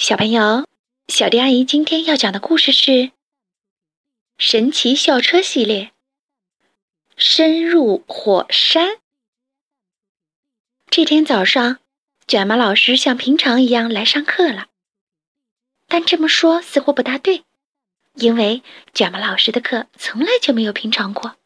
小朋友，小迪阿姨今天要讲的故事是《神奇校车系列》深入火山。这天早上，卷毛老师像平常一样来上课了。但这么说似乎不大对，因为卷毛老师的课从来就没有平常过。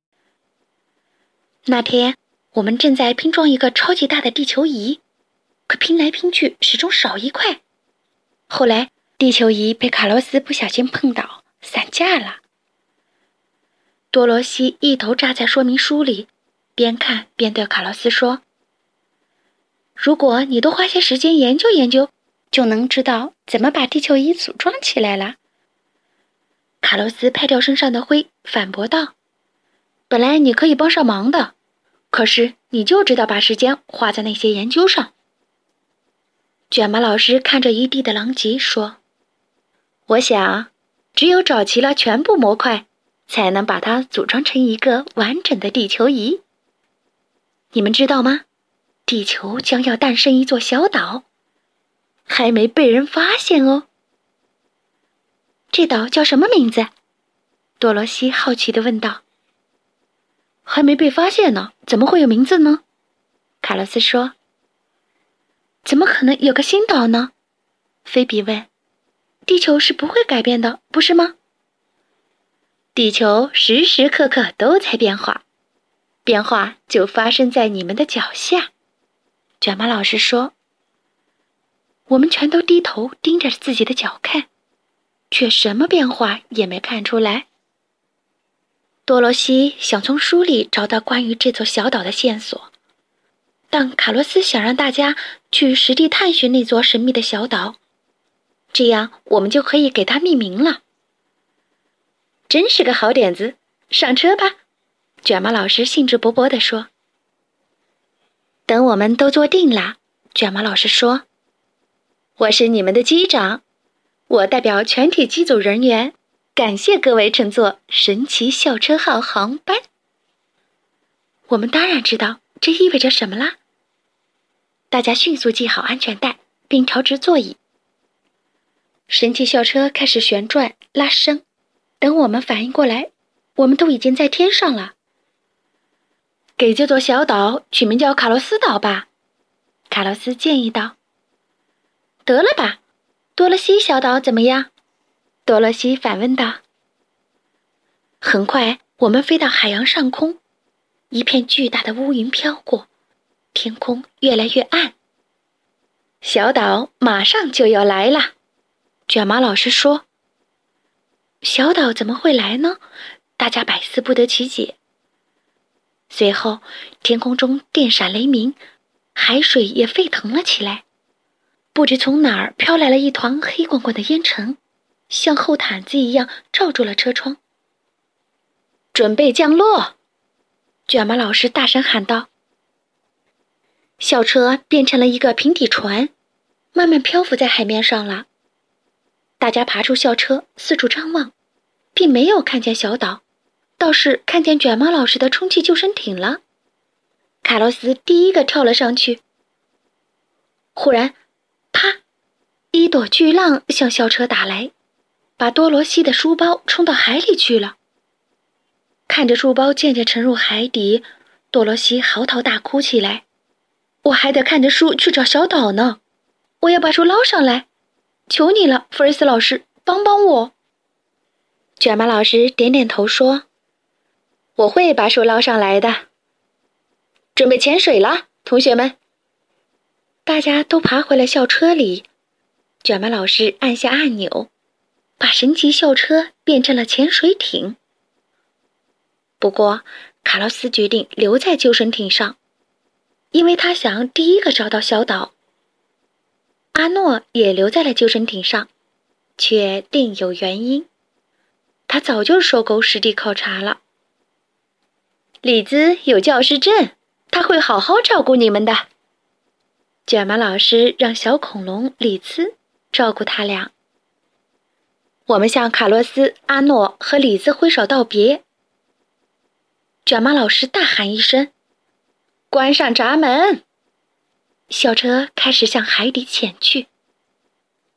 那天，我们正在拼装一个超级大的地球仪，可拼来拼去始终少一块。后来，地球仪被卡洛斯不小心碰倒，散架了。多罗西一头扎在说明书里，边看边对卡洛斯说：“如果你多花些时间研究研究，就能知道怎么把地球仪组装起来了。”卡洛斯拍掉身上的灰，反驳道：“本来你可以帮上忙的，可是你就知道把时间花在那些研究上。”卷毛老师看着一地的狼藉说：“我想，只有找齐了全部模块，才能把它组装成一个完整的地球仪。你们知道吗？地球将要诞生一座小岛，还没被人发现哦。”“这岛叫什么名字？”多罗西好奇地问道。“还没被发现呢，怎么会有名字呢？”卡洛斯说。“怎么可能有个新岛呢？”菲比问。“地球是不会改变的，不是吗？”“地球时时刻刻都在变化，变化就发生在你们的脚下。”卷毛老师说。我们全都低头盯着自己的脚看，却什么变化也没看出来。多罗西想从书里找到关于这座小岛的线索，但卡洛斯想让大家去实地探寻那座神秘的小岛，这样我们就可以给它命名了。“真是个好点子，上车吧！”卷毛老师兴致勃勃地说。“等我们都坐定了，”卷毛老师说，“我是你们的机长，我代表全体机组人员，感谢各位乘坐神奇校车号航班。”我们当然知道这意味着什么啦。大家迅速系好安全带，并调直座椅。神奇校车开始旋转拉升，等我们反应过来，我们都已经在天上了。“给这座小岛取名叫卡洛斯岛吧。”卡洛斯建议道。“得了吧，多罗西小岛怎么样？”多罗西反问道。很快，我们飞到海洋上空，一片巨大的乌云飘过，天空越来越暗。“小岛马上就要来了。”卷毛老师说。“小岛怎么会来呢？”大家百思不得其解。随后，天空中电闪雷鸣，海水也沸腾了起来。不知从哪儿飘来了一团黑滚滚的烟尘，像厚毯子一样罩住了车窗。“准备降落！”卷毛老师大声喊道。校车变成了一个平底船，慢慢漂浮在海面上了。大家爬出校车，四处张望，并没有看见小岛，倒是看见卷毛老师的充气救生艇了。卡洛斯第一个跳了上去。忽然，啪！一朵巨浪向校车打来，把多罗西的书包冲到海里去了。看着书包渐渐沉入海底，多罗西嚎啕大哭起来。“我还得看着书去找小岛呢，我要把书捞上来，求你了，弗瑞斯老师，帮帮我。”卷毛老师点点头说：“我会把书捞上来的。准备潜水了，同学们。”大家都爬回了校车里。卷毛老师按下按钮，把神奇校车变成了潜水艇。不过，卡洛斯决定留在救生艇上，因为他想第一个找到小岛。阿诺也留在了救生艇上，却另有原因。他早就收钩实地考察了。“李兹有教师证，他会好好照顾你们的。”卷毛老师让小恐龙李兹照顾他俩。我们向卡洛斯、阿诺和李兹挥手道别。卷毛老师大喊一声：“关上闸门！”校车开始向海底潜去。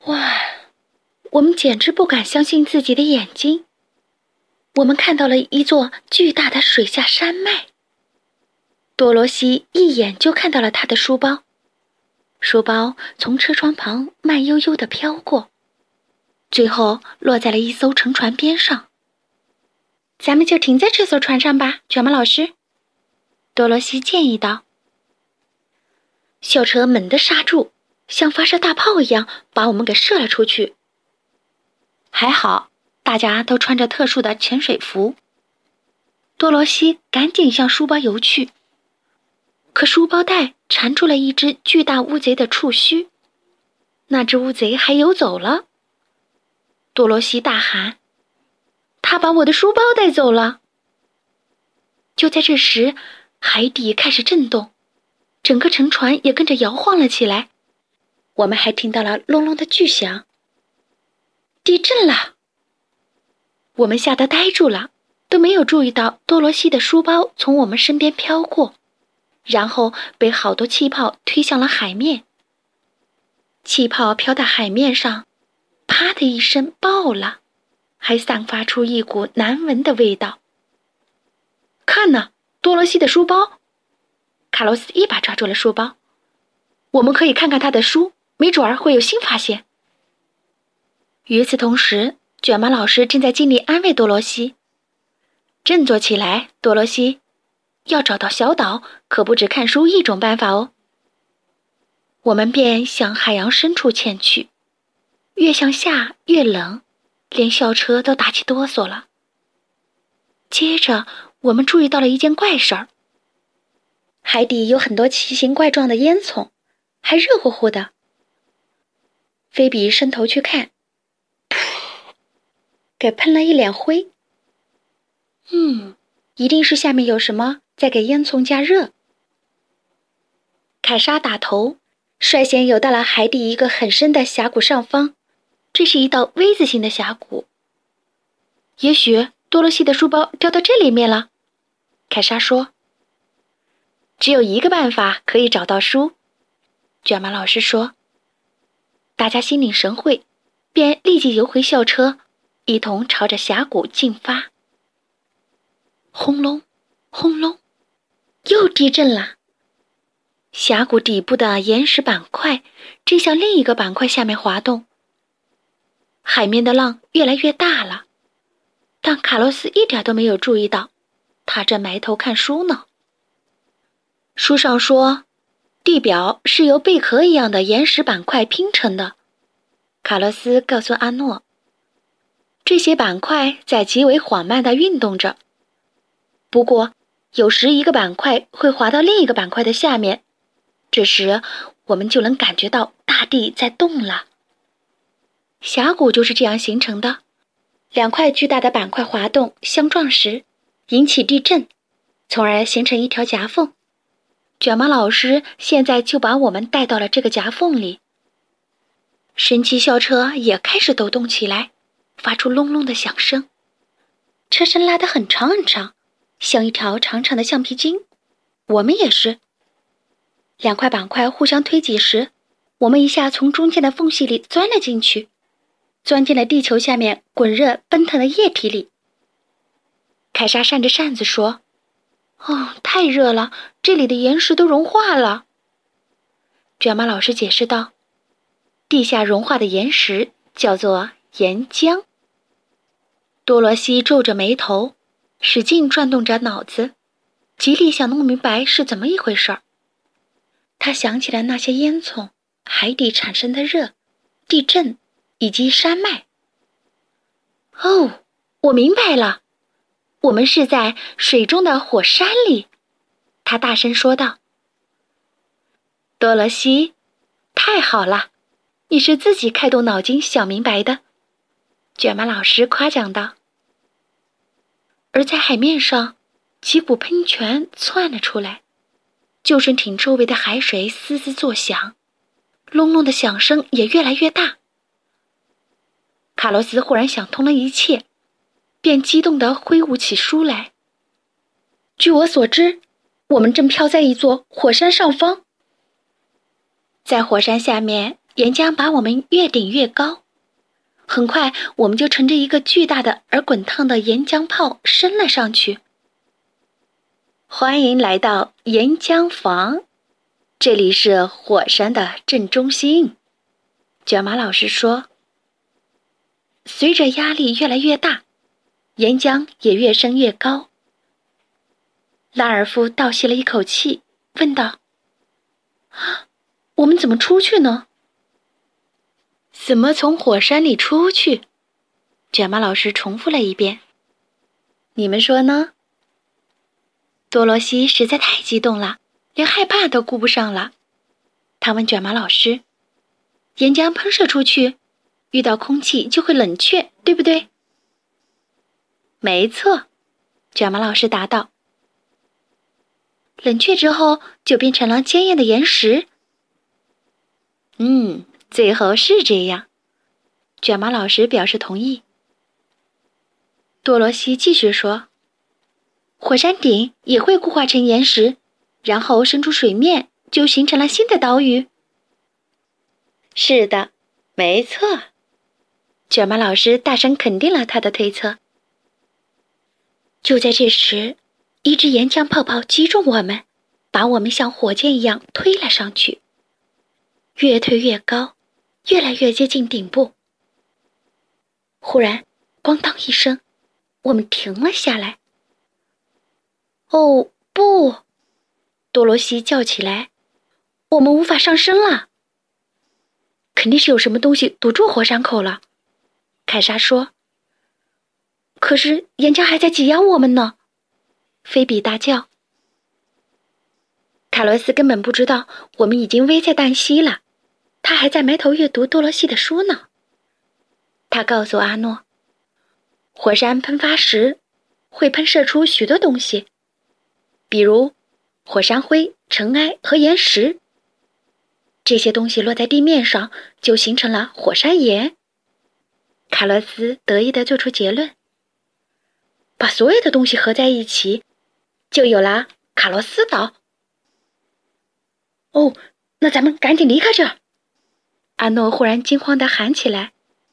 哇！我们简直不敢相信自己的眼睛。我们看到了一座巨大的水下山脉。多罗西一眼就看到了他的书包，书包从车窗旁慢悠悠地飘过，最后落在了一艘乘船边上。咱们就停在这艘船上吧，卷毛老师，多罗西建议道。校车猛地刹住，像发射大炮一样把我们给射了出去。还好大家都穿着特殊的潜水服。多罗西赶紧向书包游去，可书包带缠住了一只巨大乌贼的触须，那只乌贼还游走了。多罗西大喊：他把我的书包带走了！就在这时，海底开始震动，整个沉船也跟着摇晃了起来。我们还听到了隆隆的巨响。地震了！我们吓得呆住了，都没有注意到多罗西的书包从我们身边飘过，然后被好多气泡推向了海面。气泡飘到海面上，啪的一声爆了，还散发出一股难闻的味道。看呐，多罗西的书包！卡洛斯一把抓住了书包。我们可以看看他的书，没准儿会有新发现。与此同时，卷毛老师正在尽力安慰多罗西。振作起来，多罗西，要找到小岛，可不只看书一种办法哦。我们便向海洋深处潜去，越向下越冷，连校车都打起哆嗦了。接着，我们注意到了一件怪事儿：海底有很多奇形怪状的烟囱，还热乎乎的。菲比伸头去看，噗，给喷了一脸灰。一定是下面有什么在给烟囱加热。凯莎打头，率先游到了海底一个很深的峡谷上方，这是一道 V 字形的峡谷。也许多罗西的书包掉到这里面了，凯莎说。只有一个办法可以找到书，卷毛老师说。大家心领神会，便立即游回校车，一同朝着峡谷进发。轰隆，轰隆，又地震了。峡谷底部的岩石板块正向另一个板块下面滑动。海面的浪越来越大了，但卡洛斯一点都没有注意到，他正埋头看书呢。书上说，地表是由贝壳一样的岩石板块拼成的。卡洛斯告诉阿诺，这些板块在极为缓慢地运动着。不过，有时一个板块会滑到另一个板块的下面，这时我们就能感觉到大地在动了。峡谷就是这样形成的，两块巨大的板块滑动相撞时，引起地震，从而形成一条夹缝。卷毛老师现在就把我们带到了这个夹缝里。神奇校车也开始抖动起来，发出隆隆的响声，车身拉得很长很长，像一条长长的橡皮筋。我们也是。两块板块互相推挤时，我们一下从中间的缝隙里钻了进去，钻进了地球下面滚热奔腾的液体里。凯莎扇着扇子说：太热了，这里的岩石都融化了。卷毛老师解释道：地下融化的岩石叫做岩浆。多罗西皱着眉头，使劲转动着脑子，极力想弄明白是怎么一回事儿。他想起了那些烟囱、海底产生的热、地震以及山脉。我明白了，我们是在水中的火山里，他大声说道。多罗西，太好了，你是自己开动脑筋想明白的，卷毛老师夸奖道。而在海面上，几股喷泉窜了出来，救生艇周围的海水嘶嘶作响，隆隆的响声也越来越大。卡洛斯忽然想通了一切，便激动地挥舞起书来。据我所知，我们正飘在一座火山上方。在火山下面岩浆把我们越顶越高，很快我们就乘着一个巨大的而滚烫的岩浆泡升了上去。欢迎来到岩浆房，这里是火山的正中心。卷毛老师说，随着压力越来越大，岩浆也越升越高。拉尔夫倒吸了一口气，问道：我们怎么出去呢？怎么从火山里出去？卷毛老师重复了一遍。你们说呢？多罗西实在太激动了，连害怕都顾不上了。他问卷毛老师：岩浆喷射出去，遇到空气就会冷却，对不对？没错，卷毛老师答道。冷却之后就变成了坚硬的岩石。最后是这样，卷毛老师表示同意。多罗西继续说，火山顶也会固化成岩石，然后伸出水面，就形成了新的岛屿。是的，没错，卷毛老师大声肯定了他的推测。就在这时，一只岩浆泡泡击中我们，把我们像火箭一样推了上去，越推越高，越来越接近顶部。忽然，咣当一声，我们停了下来。哦，不！多罗西叫起来，我们无法上升了。肯定是有什么东西堵住火山口了，凯莎说。可是岩浆还在挤压我们呢，菲比大叫。卡洛斯根本不知道我们已经危在旦夕了，他还在埋头阅读多罗西的书呢。他告诉阿诺，火山喷发时会喷射出许多东西，比如火山灰、尘埃和岩石。这些东西落在地面上，就形成了火山岩。卡洛斯得意地做出结论，把所有的东西合在一起，就有了卡洛斯岛。哦，那咱们赶紧离开这儿！阿诺忽然惊慌地喊起来。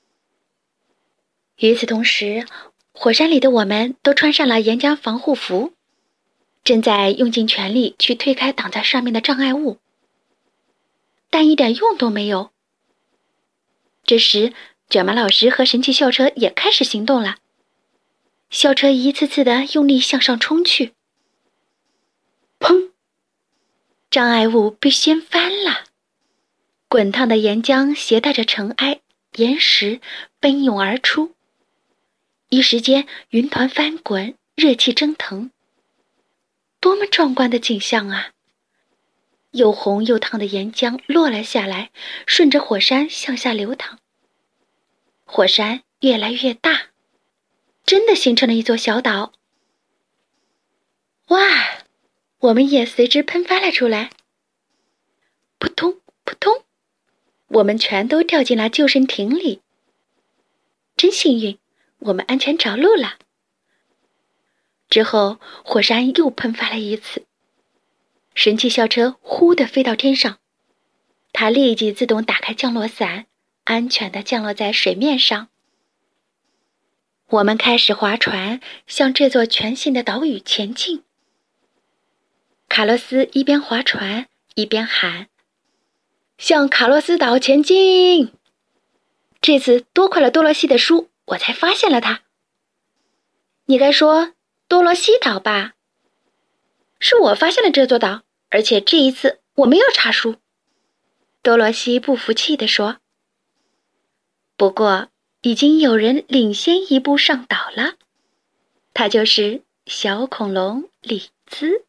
与此同时，火山里的我们都穿上了岩浆防护服，正在用尽全力去推开挡在上面的障碍物，但一点用都没有。这时，卷毛老师和神奇校车也开始行动了。校车一次次地用力向上冲去，砰！障碍物被掀翻了，滚烫的岩浆携带着尘埃、岩石奔涌而出，一时间云团翻滚，热气蒸腾。多么壮观的景象啊！又红又烫的岩浆落了下来，顺着火山向下流淌。火山越来越大，真的形成了一座小岛。哇！我们也随之喷发了出来。扑通扑通，我们全都掉进了救生艇里。真幸运，我们安全着陆了。之后，火山又喷发了一次。神奇校车呼地飞到天上，它立即自动打开降落伞，安全地降落在水面上。我们开始划船，向这座全新的岛屿前进。卡洛斯一边划船一边喊：向卡洛斯岛前进！这次多亏了多罗西的书，我才发现了它。你该说多罗西岛吧？是我发现了这座岛，而且这一次我没有查书。多罗西不服气地说。不过，已经有人领先一步上岛了，他就是小恐龙李兹。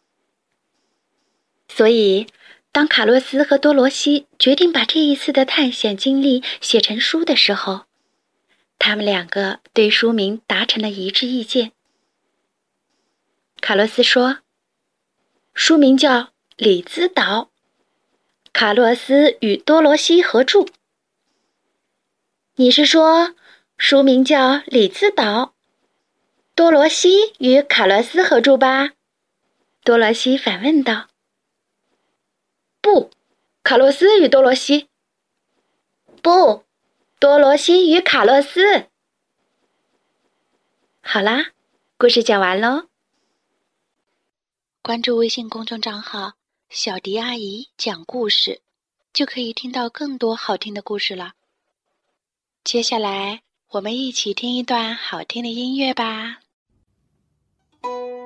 所以，当卡洛斯和多罗西决定把这一次的探险经历写成书的时候，他们两个对书名达成了一致意见。卡洛斯说，书名叫《李兹岛》，卡洛斯与多罗西合著。你是说，书名叫《李兹岛》，多罗西与卡洛斯合著吧？多罗西反问道。不，卡洛斯与多罗西。 不，多罗西与卡洛斯。好啦，故事讲完喽。关注微信公众账号“小迪阿姨讲故事”，就可以听到更多好听的故事了。接下来，我们一起听一段好听的音乐吧。